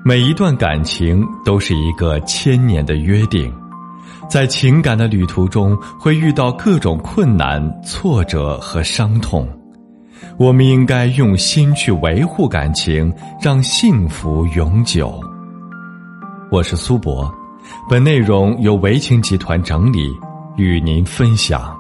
每一段感情都是一个千年的约定，在情感的旅途中会遇到各种困难、挫折和伤痛，我们应该用心去维护感情，让幸福永久。我是苏博，本内容由维情集团整理，与您分享。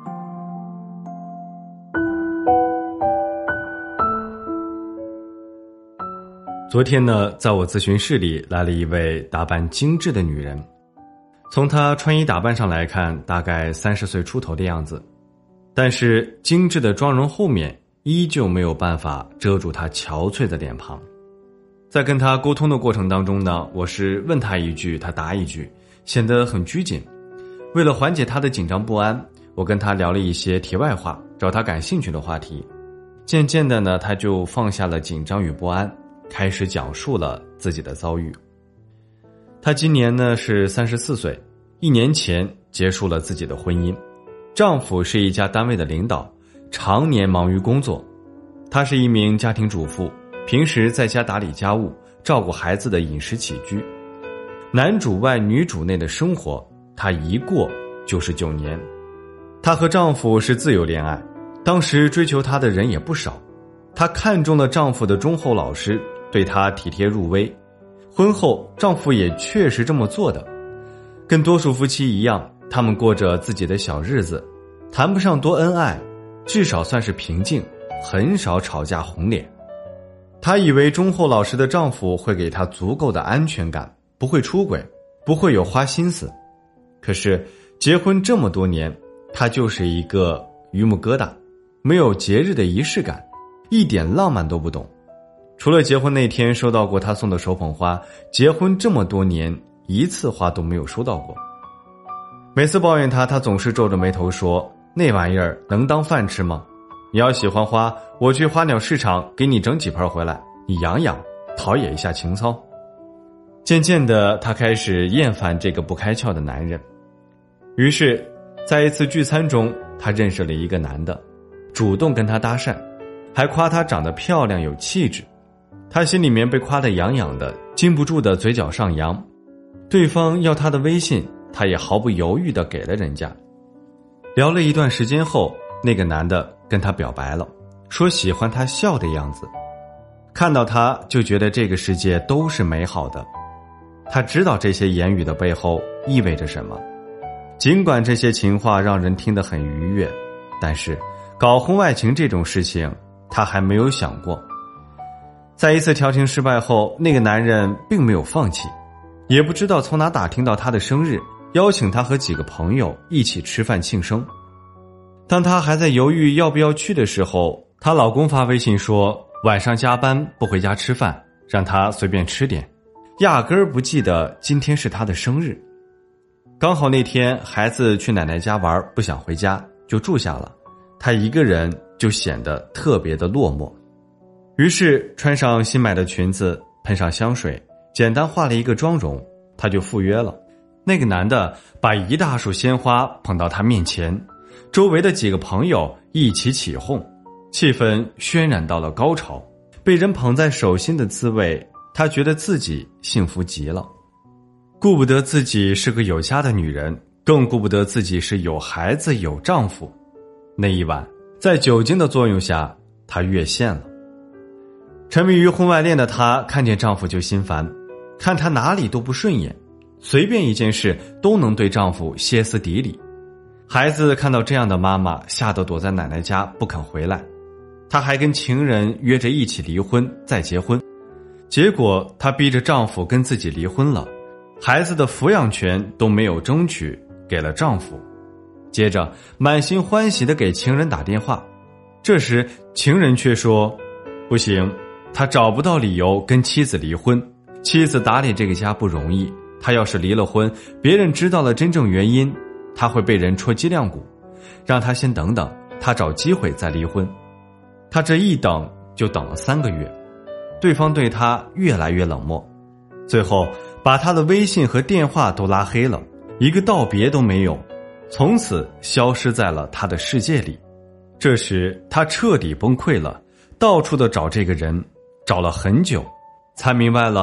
昨天呢，在我咨询室里来了一位打扮精致的女人，从她穿衣打扮上来看，大概30岁出头的样子，但是精致的妆容后面依旧没有办法遮住她憔悴的脸庞。在跟她沟通的过程当中呢，我是问她一句她答一句，显得很拘谨。为了缓解她的紧张不安，我跟她聊了一些题外话，找她感兴趣的话题。渐渐的呢，她就放下了紧张与不安，开始讲述了自己的遭遇。她今年呢是34岁，1年前结束了自己的婚姻。丈夫是一家单位的领导，常年忙于工作。她是一名家庭主妇，平时在家打理家务，照顾孩子的饮食起居。男主外女主内的生活，她一过就是9年。她和丈夫是自由恋爱，当时追求她的人也不少。她看中了丈夫的忠厚老实，对她体贴入微。婚后丈夫也确实这么做的。跟多数夫妻一样，他们过着自己的小日子，谈不上多恩爱，至少算是平静，很少吵架红脸。她以为忠厚老实的丈夫会给她足够的安全感，不会出轨，不会有花心思。可是结婚这么多年，她就是一个榆木疙瘩，没有节日的仪式感，一点浪漫都不懂。除了结婚那天收到过他送的手捧花，结婚这么多年一次花都没有收到过。每次抱怨他总是皱着眉头说，那玩意儿能当饭吃吗？你要喜欢花，我去花鸟市场给你整几盆回来，你养养，陶冶一下情操。渐渐的，他开始厌烦这个不开窍的男人。于是在一次聚餐中，他认识了一个男的，主动跟他搭讪，还夸她长得漂亮有气质。她心里面被夸得痒痒的，禁不住的嘴角上扬。对方要她的微信，她也毫不犹豫地给了人家。聊了一段时间后，那个男的跟她表白了，说喜欢她笑的样子，看到她就觉得这个世界都是美好的。他知道这些言语的背后意味着什么，尽管这些情话让人听得很愉悦，但是搞婚外情这种事情他还没有想过。在一次调情失败后，那个男人并没有放弃，也不知道从哪打听到她的生日，邀请她和几个朋友一起吃饭庆生。当她还在犹豫要不要去的时候，她老公发微信说晚上加班不回家吃饭，让她随便吃点，压根儿不记得今天是她的生日。刚好那天孩子去奶奶家玩，不想回家就住下了，她一个人就显得特别的落寞。于是穿上新买的裙子，喷上香水，简单化了一个妆容，她就赴约了。那个男的把一大束鲜花捧到她面前，周围的几个朋友一起起哄，气氛渲染到了高潮。被人捧在手心的滋味，她觉得自己幸福极了。顾不得自己是个有家的女人，更顾不得自己是有孩子有丈夫。那一晚，在酒精的作用下，她越线了。沉迷于婚外恋的她看见丈夫就心烦，看他哪里都不顺眼，随便一件事都能对丈夫歇斯底里。孩子看到这样的妈妈，吓得躲在奶奶家不肯回来。她还跟情人约着一起离婚再结婚，结果她逼着丈夫跟自己离婚了，孩子的抚养权都没有争取，给了丈夫。接着满心欢喜地给情人打电话，这时情人却说不行，他找不到理由跟妻子离婚，妻子打理这个家不容易，他要是离了婚，别人知道了真正原因，他会被人戳脊梁骨，让他先等等，他找机会再离婚。他这一等就等了3个月，对方对他越来越冷漠，最后把他的微信和电话都拉黑了，一个道别都没有，从此消失在了他的世界里。这时他彻底崩溃了，到处的找这个人，找了很久，才明白了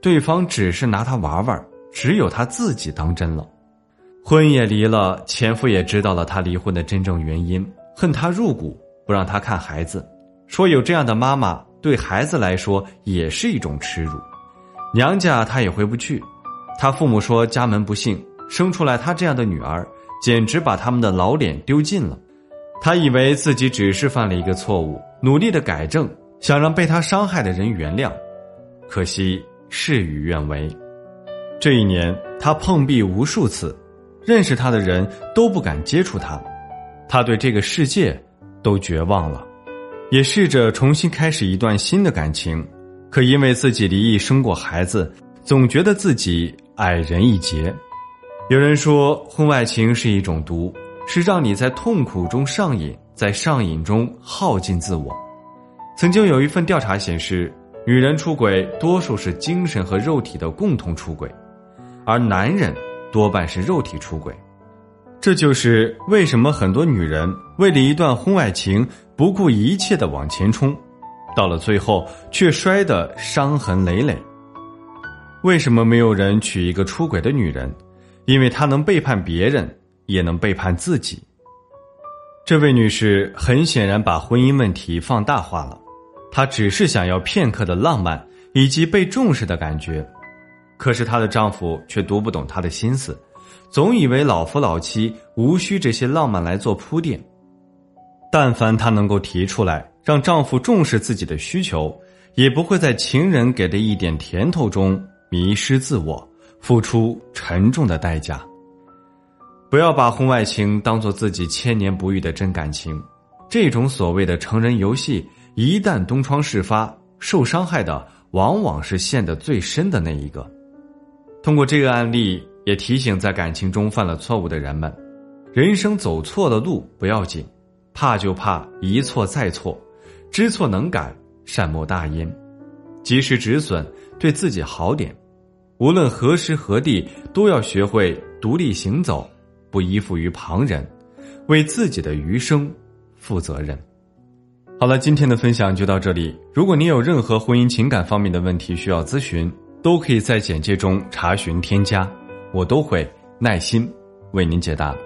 对方只是拿他玩玩，只有他自己当真了。婚也离了，前夫也知道了他离婚的真正原因，恨他入骨，不让他看孩子，说有这样的妈妈对孩子来说也是一种耻辱。娘家他也回不去，他父母说家门不幸，生出来他这样的女儿，简直把他们的老脸丢尽了。他以为自己只是犯了一个错误，努力的改正，想让被他伤害的人原谅，可惜事与愿违。这一年他碰壁无数次，认识他的人都不敢接触他，他对这个世界都绝望了，也试着重新开始一段新的感情，可因为自己离异生过孩子，总觉得自己矮人一截。有人说婚外情是一种毒，是让你在痛苦中上瘾，在上瘾中耗尽自我。曾经有一份调查显示，女人出轨多数是精神和肉体的共同出轨，而男人多半是肉体出轨。这就是为什么很多女人为了一段婚外情不顾一切地往前冲，到了最后却摔得伤痕累累。为什么没有人娶一个出轨的女人？因为她能背叛别人，也能背叛自己。这位女士很显然把婚姻问题放大化了，她只是想要片刻的浪漫以及被重视的感觉，可是她的丈夫却读不懂她的心思，总以为老夫老妻无需这些浪漫来做铺垫。但凡她能够提出来让丈夫重视自己的需求，也不会在情人给的一点甜头中迷失自我，付出沉重的代价。不要把婚外情当作自己千年不遇的真感情，这种所谓的成人游戏，一旦东窗事发，受伤害的往往是陷得最深的那一个。通过这个案例，也提醒在感情中犯了错误的人们，人生走错了路不要紧，怕就怕一错再错，知错能改，善莫大焉，及时止损，对自己好点。无论何时何地，都要学会独立行走，不依附于旁人，为自己的余生负责任。好了，今天的分享就到这里。如果您有任何婚姻情感方面的问题需要咨询，都可以在简介中查询添加，我都会耐心为您解答。